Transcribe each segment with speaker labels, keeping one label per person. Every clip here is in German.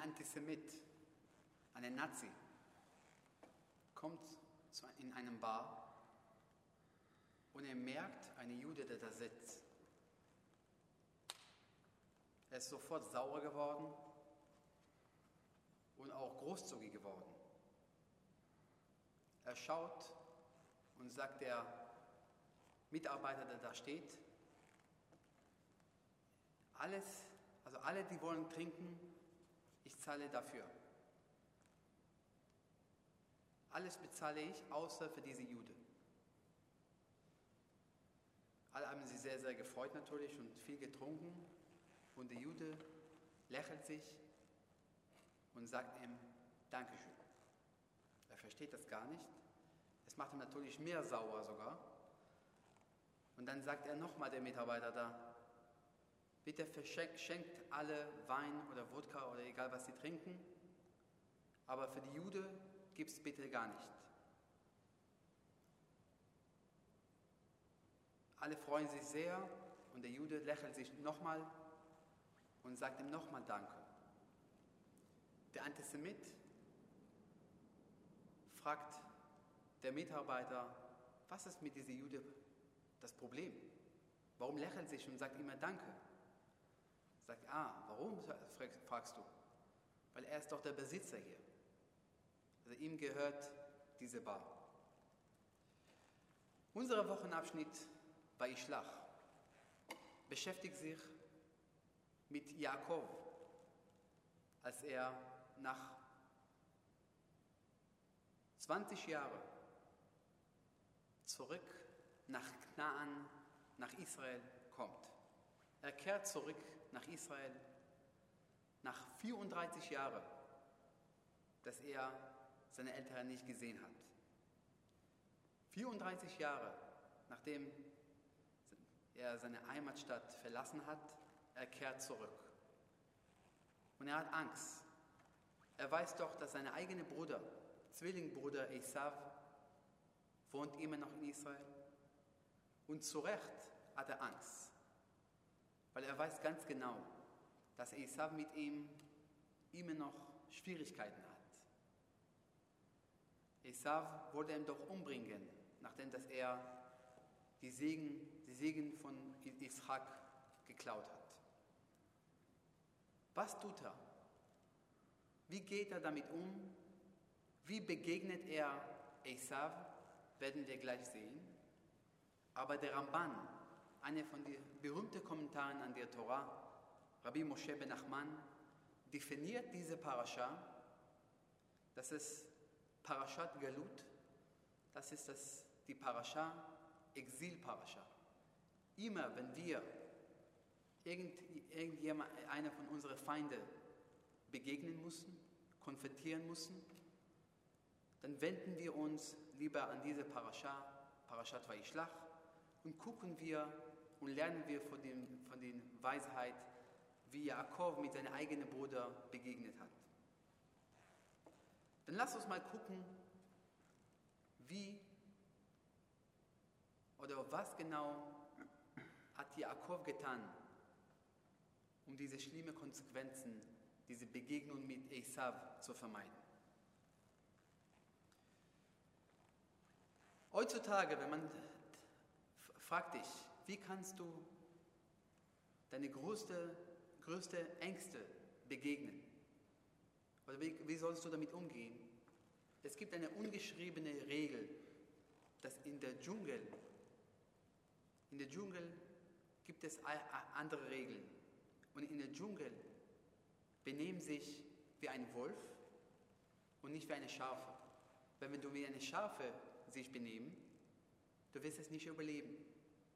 Speaker 1: Antisemit, ein Nazi, kommt in einem Bar und er merkt einen Jude, der da sitzt. Er ist sofort sauer geworden und auch großzügig geworden. Er schaut und sagt der Mitarbeiter, der da steht, alle, die wollen trinken, ich zahle dafür. Alles bezahle ich, außer für diese Jude. Alle haben sich sehr, sehr gefreut natürlich und viel getrunken. Und der Jude lächelt sich und sagt ihm Dankeschön. Er versteht das gar nicht. Es macht ihm natürlich mehr sauer sogar. Und dann sagt er nochmal der Mitarbeiter da, bitte verschenkt alle Wein oder Wodka oder egal was sie trinken, aber für die Jude gibt es bitte gar nicht. Alle freuen sich sehr und der Jude lächelt sich nochmal und sagt ihm nochmal Danke. Der Antisemit fragt der Mitarbeiter, was ist mit diesem Jude das Problem? Warum lächelt sich und sagt immer Danke? Sagt, warum, fragst du? Weil er ist doch der Besitzer hier. Also ihm gehört diese Bar. Unser Wochenabschnitt bei Ishlach beschäftigt sich mit Jakob, als er nach 20 Jahren zurück nach Knaan, nach Israel kommt. Er kehrt zurück nach Israel nach 34 Jahren, dass er seine Eltern nicht gesehen hat. 34 Jahre, nachdem er seine Heimatstadt verlassen hat, er kehrt zurück. Und er hat Angst. Er weiß doch, dass sein eigener Bruder, Zwillingbruder Esav, wohnt immer noch in Israel. Und zu Recht hat er Angst. Weil er weiß ganz genau, dass Esav mit ihm immer noch Schwierigkeiten hat. Esav wollte ihn doch umbringen, nachdem dass er die Segen von Ishak geklaut hat. Was tut er? Wie geht er damit um? Wie begegnet er Esav? Werden wir gleich sehen. Aber der Ramban, einer von den berühmten Kommentaren an der Tora, Rabbi Moshe ben Nachman, definiert diese Parascha, das ist Parashat Galut, das ist die Parascha, Exil-Parascha. Immer wenn wir einer von unseren Feinden begegnen müssen, konfrontieren müssen, dann wenden wir uns lieber an diese Parascha, Parashat Vayishlach, und gucken wir und lernen wir von der Weisheit, wie Jakob mit seinem eigenen Bruder begegnet hat. Dann lass uns mal gucken, wie oder was genau hat Jakob getan, um diese schlimmen Konsequenzen, diese Begegnung mit Esav zu vermeiden. Heutzutage, wenn man fragt dich, wie kannst du deine größte Ängste begegnen? Oder wie sollst du damit umgehen? Es gibt eine ungeschriebene Regel, dass in der Dschungel gibt es andere Regeln. Und in der Dschungel benehmen sich wie ein Wolf und nicht wie eine Schafe. Weil wenn du wie eine Schafe sich benehmen, du wirst es nicht überleben.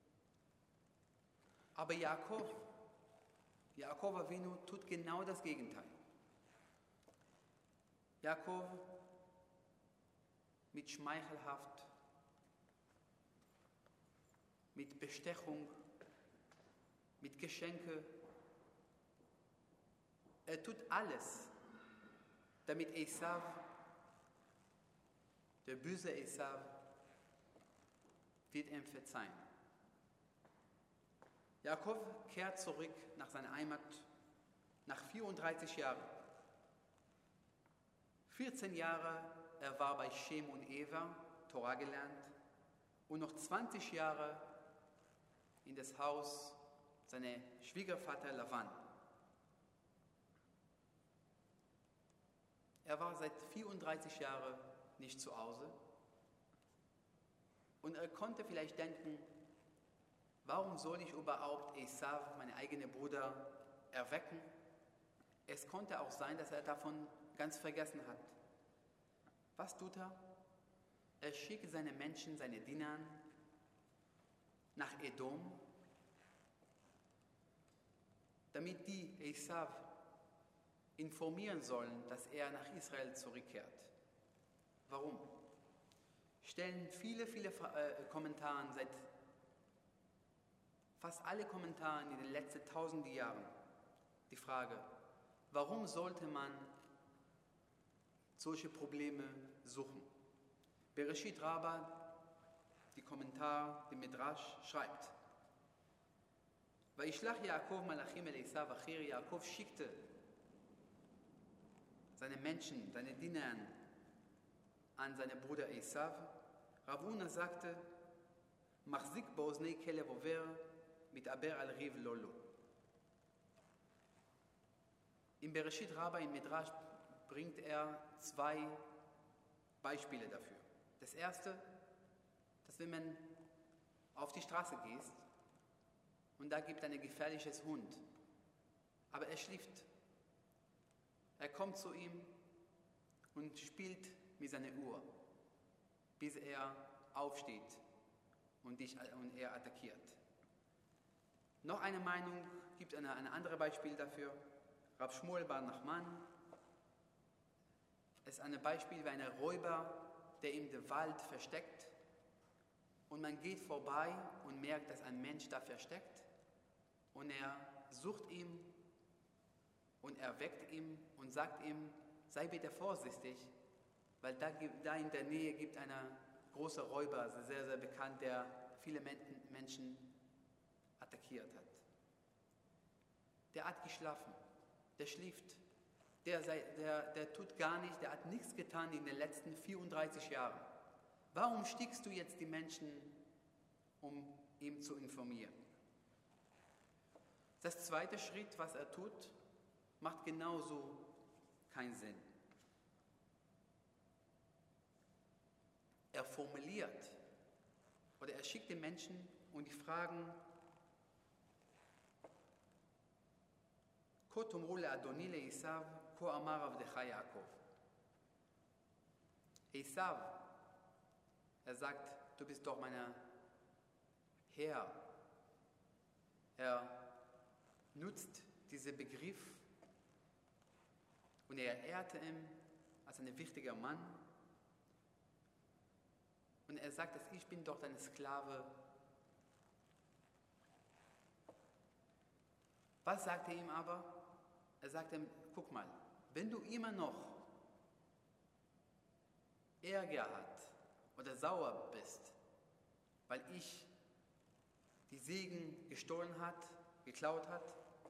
Speaker 1: Aber Jakob Avinu tut genau das Gegenteil. Jakob mit schmeichelhaft, mit Bestechung, mit Geschenke. Er tut alles, damit Esav, der böse Esav, wird ihm verzeihen. Jakob kehrt zurück nach seiner Heimat nach 34 Jahren. 14 Jahre, er war bei Shem und Eva, Torah gelernt, und noch 20 Jahre in das Haus seiner Schwiegervater Lavan. Er war seit 34 Jahren nicht zu Hause und er konnte vielleicht denken, warum soll ich überhaupt Esav, meinen eigenen Bruder, erwecken? Es konnte auch sein, dass er davon ganz vergessen hat. Was tut er? Er schickt seine Menschen, seine Diener nach Edom, damit die Esav informieren sollen, dass er nach Israel zurückkehrt. Warum? Stellen viele Kommentare, fast alle Kommentare in den letzten 1000 Jahren, die Frage, warum sollte man solche Probleme suchen? Bereshit Rabbah, die Kommentar, die Midrash, schreibt, Vaishlach Yaakov Malachim el Esav Achir, Yaakov schickte seine Menschen, seine Diener an seinen Bruder Esav. Rav Huna sagte, Machzik ba'oznei kelev over, mitaber al riv lolo. Im Bereshit Rabbah, im Midrash, bringt er 2 Beispiele dafür. Das erste, dass wenn man auf die Straße geht und da gibt ein gefährliches Hund, aber er schläft. Er kommt zu ihm und spielt mit seiner Uhr, bis er aufsteht und er attackiert. Noch eine Meinung, gibt ein anderes Beispiel dafür. Rav Shmuel bar Nachman ist ein Beispiel wie ein Räuber, der in den Wald versteckt und man geht vorbei und merkt, dass ein Mensch da versteckt und er sucht ihn und er weckt ihn und sagt ihm, sei bitte vorsichtig, weil da in der Nähe gibt es einen großen Räuber, sehr, sehr bekannt, der viele Menschen attackiert hat. Der hat geschlafen, der schläft, der tut gar nichts, der hat nichts getan in den letzten 34 Jahren. Warum stickst du jetzt die Menschen, um ihn zu informieren? Das zweite Schritt, was er tut, macht genauso keinen Sinn. Er formuliert oder er schickt den Menschen und die fragen, Ko tomru le'adoni le'Esav, ko amar avdecha Yaakov. Esav, er sagt, du bist doch mein Herr. Er nutzt diesen Begriff und er ehrte ihn als ein wichtiger Mann. Und er sagt, dass ich bin doch dein Sklave. Was sagt er ihm aber? Er sagt ihm, guck mal, wenn du immer noch Ärger hast oder sauer bist, weil ich die Segen geklaut hat,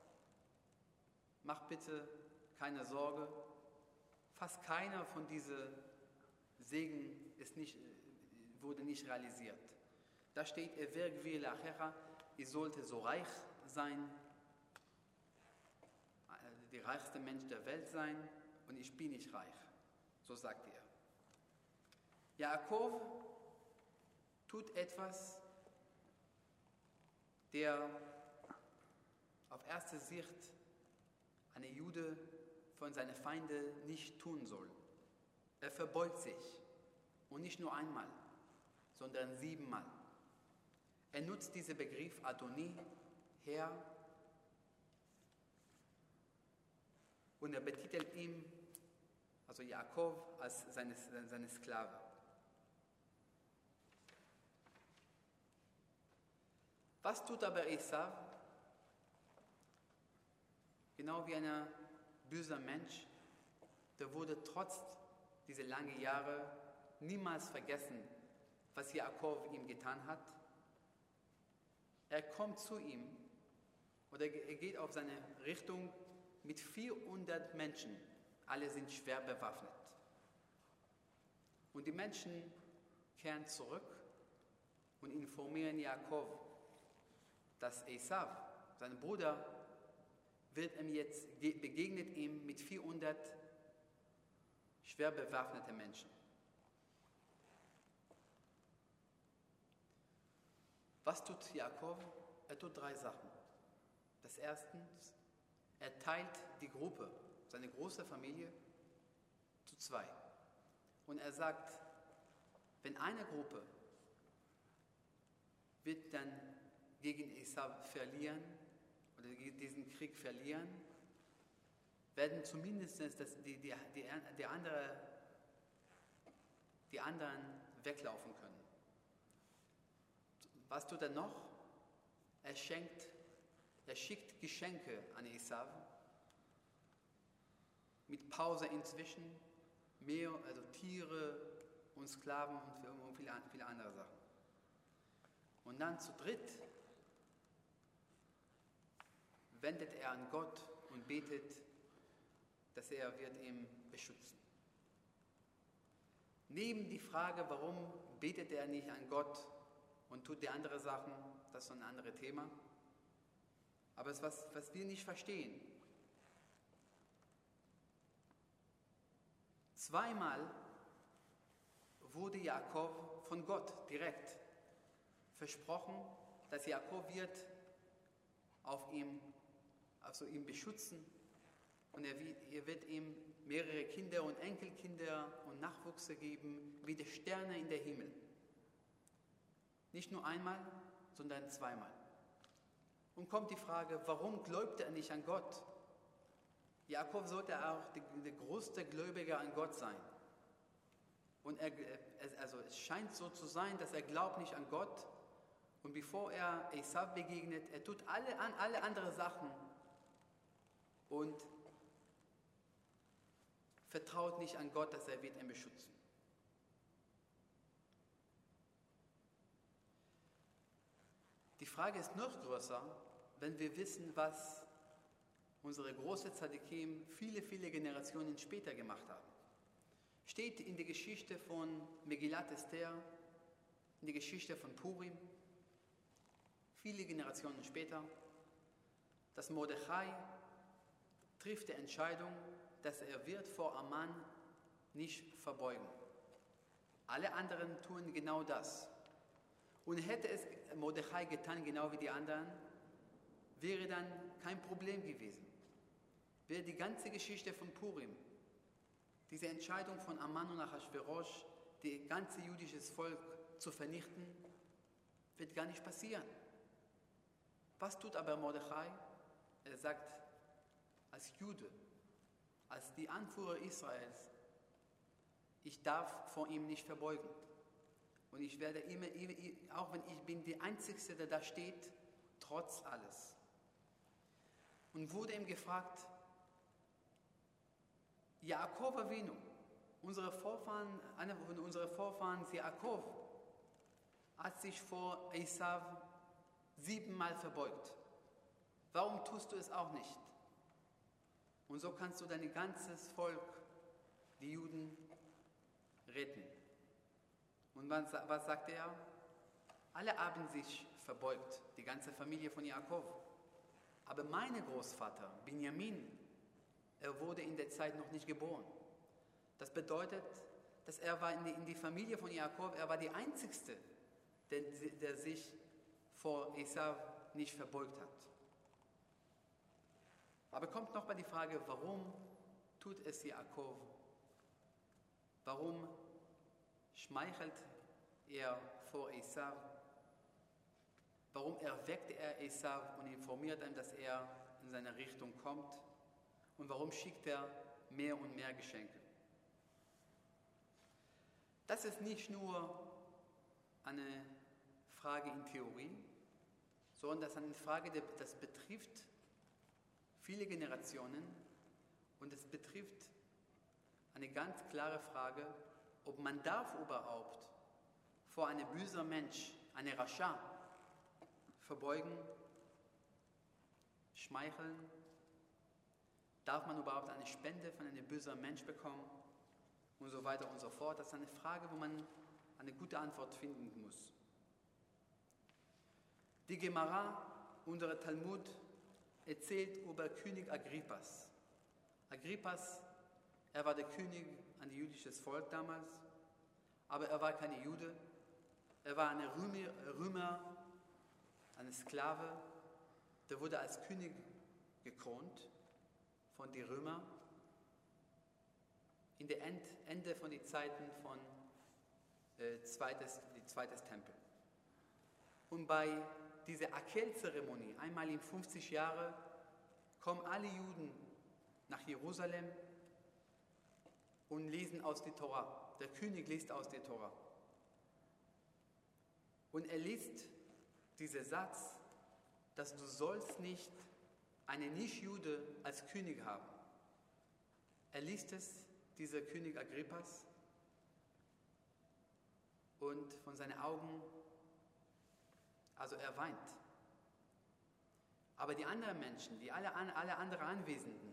Speaker 1: mach bitte keine Sorge, fast keiner von diesen Segen wurde nicht realisiert. Da steht, ihr sollte so reich sein, der reichste Mensch der Welt sein und ich bin nicht reich. So sagt er. Jakob tut etwas, der auf erste Sicht eine Jude von seinen Feinden nicht tun soll. Er verbeugt sich und nicht nur einmal, sondern 7-mal. Er nutzt diesen Begriff Adoni, Herr, und er betitelt ihn, also Jakob, als seine Sklave. Was tut aber Esav? Genau wie ein böser Mensch, der wurde trotz dieser langen Jahre niemals vergessen, was Jakob ihm getan hat. Er kommt zu ihm oder er geht auf seine Richtung mit 400 Menschen. Alle sind schwer bewaffnet. Und die Menschen kehren zurück und informieren Jakob, dass Esau, sein Bruder, begegnet ihm mit 400 schwer bewaffneten Menschen. Was tut Jakob? Er tut 3 Sachen. Das erste, er teilt die Gruppe, seine große Familie, zu 2. Und er sagt, wenn eine Gruppe wird dann gegen Esau verlieren oder diesen Krieg verlieren, werden zumindest die anderen weglaufen können. Was tut er noch? Er schickt Geschenke an Esau mit Pause inzwischen, also Tiere und Sklaven und viele andere Sachen. Und dann zu dritt wendet er an Gott und betet, dass er wird ihn beschützen. Neben die Frage, warum betet er nicht an Gott und tut die anderen Sachen, das ist so ein anderes Thema. Aber es ist was wir nicht verstehen. Zweimal wurde Jakob von Gott direkt versprochen, dass Jakob wird ihn beschützen und er wird ihm mehrere Kinder und Enkelkinder und Nachwuchse geben, wie die Sterne in der Himmel. Nicht nur einmal, sondern 2-mal. Und kommt die Frage, warum gläubte er nicht an Gott? Jakob sollte auch der größte Gläubige an Gott sein. Und es scheint so zu sein, dass er glaubt nicht an Gott. Und bevor er Esau begegnet, er tut alle anderen Sachen und vertraut nicht an Gott, dass er wird ihn beschützen. Die Frage ist noch größer, wenn wir wissen, was unsere großen Tzadikim viele Generationen später gemacht haben. Steht in der Geschichte von Megillat Esther, in der Geschichte von Purim, viele Generationen später, dass Mordechai trifft die Entscheidung, dass er wird vor Aman nicht verbeugen. Alle anderen tun genau das. Und hätte es Mordechai getan, genau wie die anderen, wäre dann kein Problem gewesen. Wäre die ganze Geschichte von Purim, diese Entscheidung von Aman und Achashverosh, das ganze jüdische Volk zu vernichten, wird gar nicht passieren. Was tut aber Mordechai? Er sagt, als Jude, als die Anführer Israels, ich darf vor ihm nicht verbeugen. Und ich werde immer, auch wenn ich bin der Einzige, der da steht, trotz alles. Und wurde ihm gefragt, Jakob Avinu, einer von unseren Vorfahren, Jakob, hat sich vor Esau 7-mal verbeugt. Warum tust du es auch nicht? Und so kannst du dein ganzes Volk, die Juden, retten. Und was sagt er? Alle haben sich verbeugt, die ganze Familie von Jakob. Aber mein Großvater, Benjamin, er wurde in der Zeit noch nicht geboren. Das bedeutet, dass er war in die Familie von Jakob, er war der Einzige, der sich vor Esau nicht verbeugt hat. Aber kommt noch mal die Frage, warum tut es Jakob? Warum schmeichelt er vor Esau? Warum erweckt er Esau und informiert ihn, dass er in seine Richtung kommt? Und warum schickt er mehr und mehr Geschenke? Das ist nicht nur eine Frage in Theorie, sondern das ist eine Frage, das betrifft viele Generationen und es betrifft eine ganz klare Frage, ob man darf überhaupt vor einem bösen Mensch, einem Rascha, verbeugen, schmeicheln. Darf man überhaupt eine Spende von einem bösen Mensch bekommen? und so weiter und so fort. Das ist eine Frage, wo man eine gute Antwort finden muss. Die Gemara, unsere Talmud, erzählt über König Agrippas. Agrippas, er war der König an das jüdische Volk damals, aber er war kein Jude. Er war ein Römer, ein Sklave, der wurde als König gekrönt von den Römern in der Ende von den Zeiten von zweites Tempel. Und bei dieser Akel-Zeremonie, einmal in 50 Jahren, kommen alle Juden nach Jerusalem und lesen aus der Tora. Der König liest aus der Tora. Und er liest diesen Satz, dass du sollst nicht einen Nicht-Jude als König haben. Er liest es, dieser König Agrippas, und von seinen Augen, also er weint. Aber die anderen Menschen, alle anderen Anwesenden,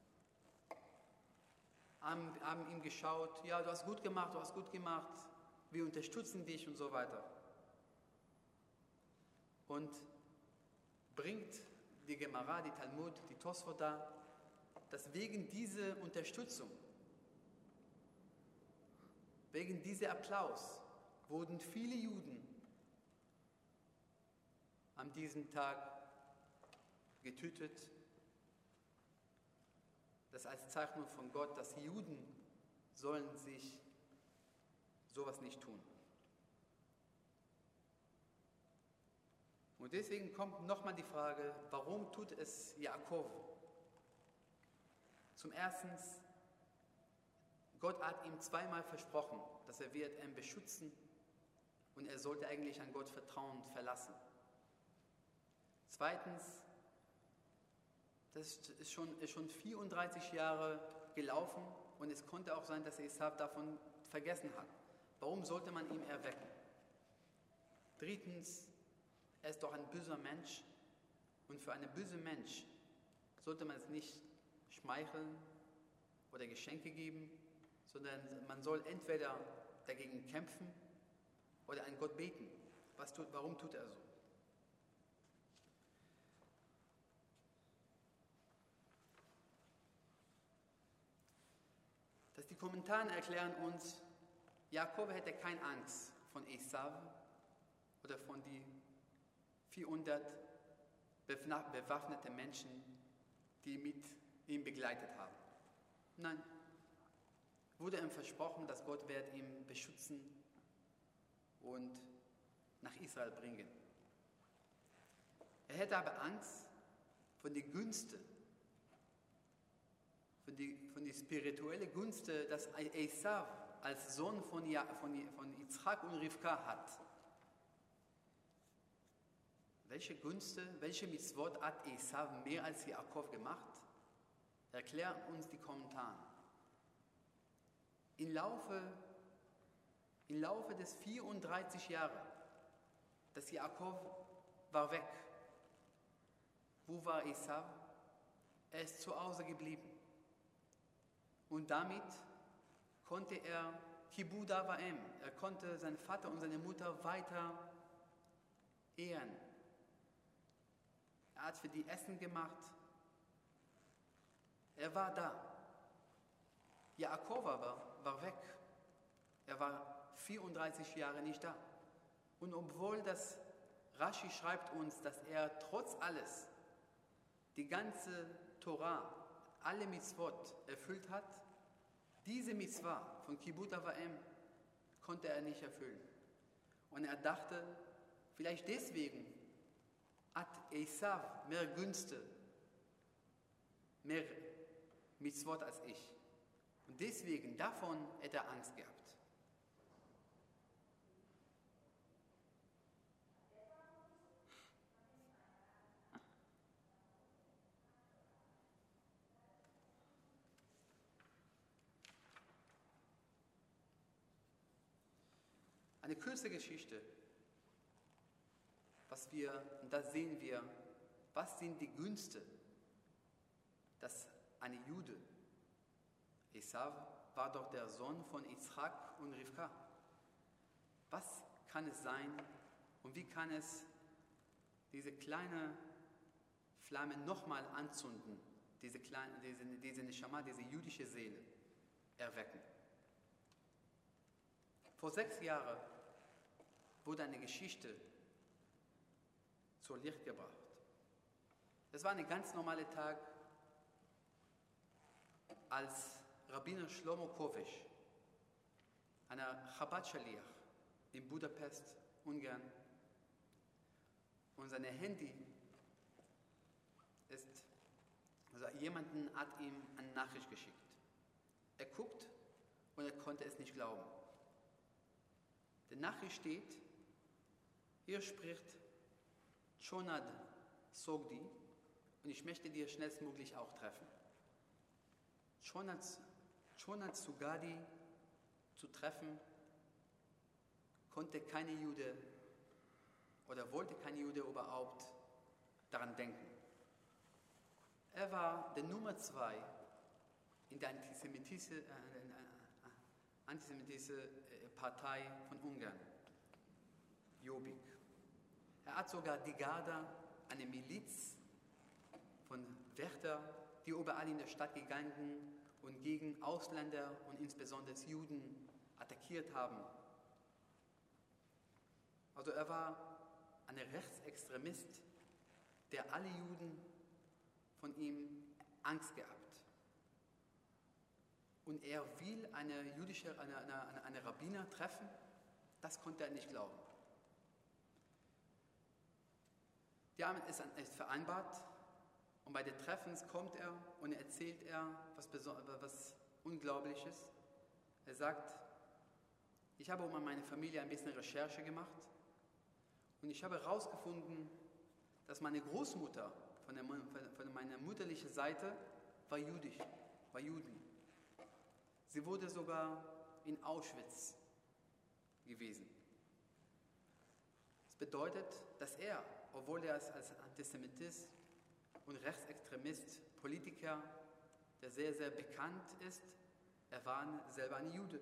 Speaker 1: haben ihm geschaut, ja, du hast gut gemacht, wir unterstützen dich und so weiter. Und bringt die Gemara, die Talmud, die Tosfot da, dass wegen dieser Unterstützung, wegen dieser Applaus, wurden viele Juden an diesem Tag getötet. Das als Zeichen von Gott, dass Juden sollen sich sowas nicht tun. Und deswegen kommt nochmal die Frage, warum tut es Jakob? Zum Ersten, Gott hat ihm zweimal versprochen, dass er wird ihn beschützen und er sollte eigentlich an Gott vertrauen und verlassen. Zweitens, das ist schon 34 Jahre gelaufen und es konnte auch sein, dass Esav davon vergessen hat. Warum sollte man ihn erwecken? Drittens, er ist doch ein böser Mensch und für einen bösen Mensch sollte man es nicht schmeicheln oder Geschenke geben, sondern man soll entweder dagegen kämpfen oder an Gott beten. Warum tut er so? Die Kommentare erklären uns, Jakob hätte keine Angst von Esav oder von den 400 bewaffneten Menschen, die mit ihm begleitet haben. Nein, wurde ihm versprochen, dass Gott wird ihn beschützen und nach Israel bringen. Er hätte aber Angst von den Günsten, von die spirituellen Gunst, dass Esav als Sohn von Yitzchak und Rivka hat. Welche Gunst, welche Mitzvot hat Esav mehr als Jakob gemacht? Erklären uns die Kommentare. Im Laufe des 34 Jahre, dass Jakob war weg. Wo war Esav? Er ist zu Hause geblieben. Und damit konnte er Kibud Avaim, er konnte seinen Vater und seine Mutter weiter ehren. Er hat für die Essen gemacht. Er war da. Jakob aber war weg. Er war 34 Jahre nicht da. Und obwohl das Rashi schreibt uns, dass er trotz alles die ganze Torah, alle Mitzvot erfüllt hat, diese Mitzvah von Kibud Avaim konnte er nicht erfüllen. Und er dachte, vielleicht deswegen hat Esav mehr Günste, mehr Mitzvot als ich. Und deswegen, davon hätte er Angst gehabt. Eine kurze Geschichte, und da sehen wir, was sind die Günste, dass ein Jude, Esau war doch der Sohn von Yitzchak und Rivka. Was kann es sein und wie kann es diese kleine Flamme nochmal anzünden, diese Neshama, diese jüdische Seele erwecken? Vor 6 Jahren wurde eine Geschichte zur Licht gebracht. Es war ein ganz normaler Tag, als Rabbiner Shlomo Kovesh, einer Chabad-Schaliach in Budapest, Ungarn, und sein Handy jemanden hat ihm eine Nachricht geschickt. Er guckt und er konnte es nicht glauben. Die Nachricht steht, hier spricht Chonad Sogdi und ich möchte dir schnellstmöglich auch treffen. Chonad Sugadi zu treffen, konnte keine Jude oder wollte kein Jude überhaupt daran denken. Er war der Nummer 2 in der antisemitischen Partei von Ungarn, Jobbik. Er hat sogar die Garda, eine Miliz von Wächter, die überall in der Stadt gegangen und gegen Ausländer und insbesondere Juden attackiert haben. Also er war ein Rechtsextremist, der alle Juden von ihm Angst gehabt. Und er will eine Rabbiner treffen, das konnte er nicht glauben. Die haben es vereinbart und bei den Treffens kommt er und erzählt er was Unglaubliches. Er sagt, ich habe um meine Familie ein bisschen Recherche gemacht und ich habe herausgefunden, dass meine Großmutter von meiner mütterlichen Seite war Juden. Sie wurde sogar in Auschwitz gewesen. Das bedeutet, dass er, obwohl er als Antisemitist und Rechtsextremist, Politiker, der sehr, sehr bekannt ist, er war selber ein Jude.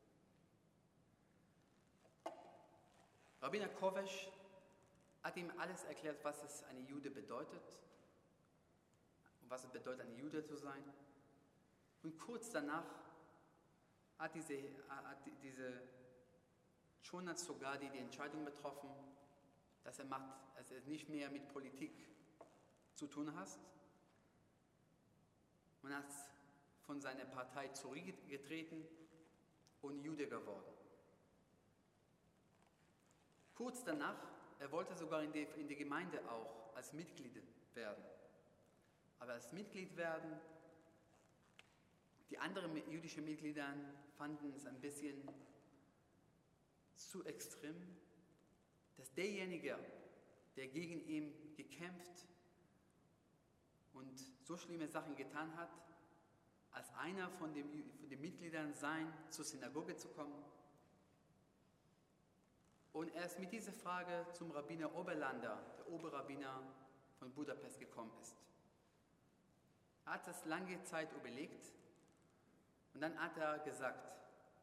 Speaker 1: Rabbiner Kovesh hat ihm alles erklärt, was es ein Jude bedeutet und was es bedeutet, ein Jude zu sein. Und kurz danach hat diese Chonad Sogadi die Entscheidung getroffen, dass er nicht mehr mit Politik zu tun hat und hat von seiner Partei zurückgetreten und Jude geworden. Kurz danach, er wollte sogar in die Gemeinde auch als Mitglied werden. Aber als Mitglied werden, die anderen jüdischen Mitglieder fanden es ein bisschen zu extrem, dass derjenige, der gegen ihn gekämpft und so schlimme Sachen getan hat, als einer von den Mitgliedern zur Synagoge zu kommen. Und erst mit dieser Frage zum Rabbiner Oberlander, der Oberrabbiner von Budapest, gekommen ist. Er hat das lange Zeit überlegt und dann hat er gesagt,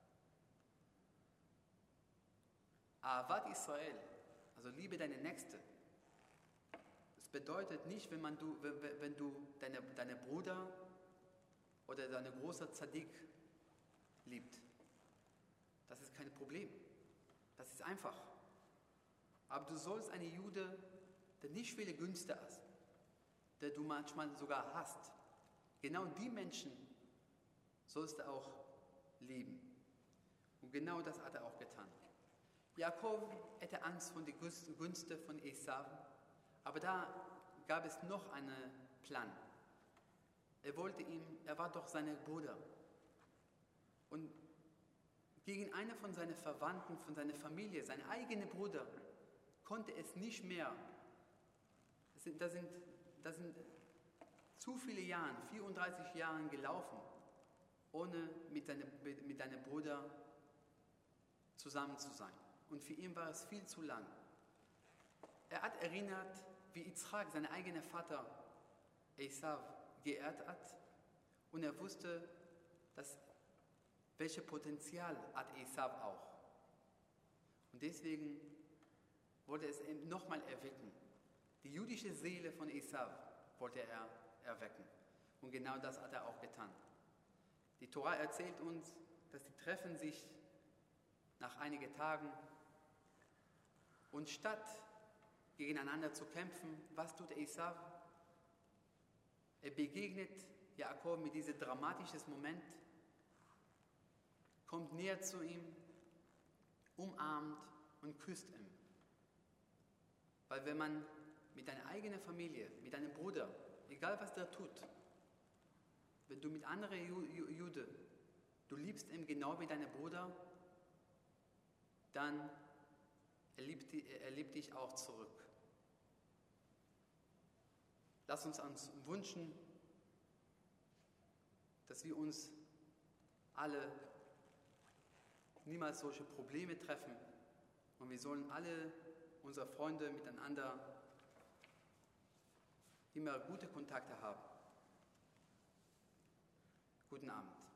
Speaker 1: Ahavat Israel, also liebe deine Nächste. Das bedeutet nicht, wenn du deine Bruder oder deine große Tzadik liebt. Das ist kein Problem. Das ist einfach. Aber du sollst einen Jude, der nicht viele Günste hat, der du manchmal sogar hast, genau die Menschen sollst du auch lieben. Und genau das hat er auch getan. Jakob hatte Angst vor den Gunsten von Esau, aber da gab es noch einen Plan. Er war doch sein Bruder. Und gegen einen von seinen Verwandten, von seiner Familie, sein eigener Bruder, konnte es nicht mehr. Da sind zu viele Jahre, 34 Jahre gelaufen, ohne mit deinem Bruder zusammen zu sein. Und für ihn war es viel zu lang. Er hat erinnert, wie Yitzchak, sein eigener Vater, Esau, geehrt hat. Und er wusste, welches Potenzial hat Esau auch. Und deswegen wollte es ihn nochmal erwecken. Die jüdische Seele von Esau wollte er erwecken. Und genau das hat er auch getan. Die Tora erzählt uns, dass sie treffen sich nach einigen Tagen und statt gegeneinander zu kämpfen, was tut Esau? Er begegnet Jakob mit diesem dramatischen Moment, kommt näher zu ihm, umarmt und küsst ihn. Weil wenn man mit deiner eigenen Familie, mit deinem Bruder, egal was der tut, wenn du mit anderen Juden, du liebst ihn genau wie deinen Bruder, dann er liebt dich auch zurück. Lass uns wünschen, dass wir uns alle niemals solche Probleme treffen und wir sollen alle unsere Freunde miteinander immer gute Kontakte haben. Guten Abend.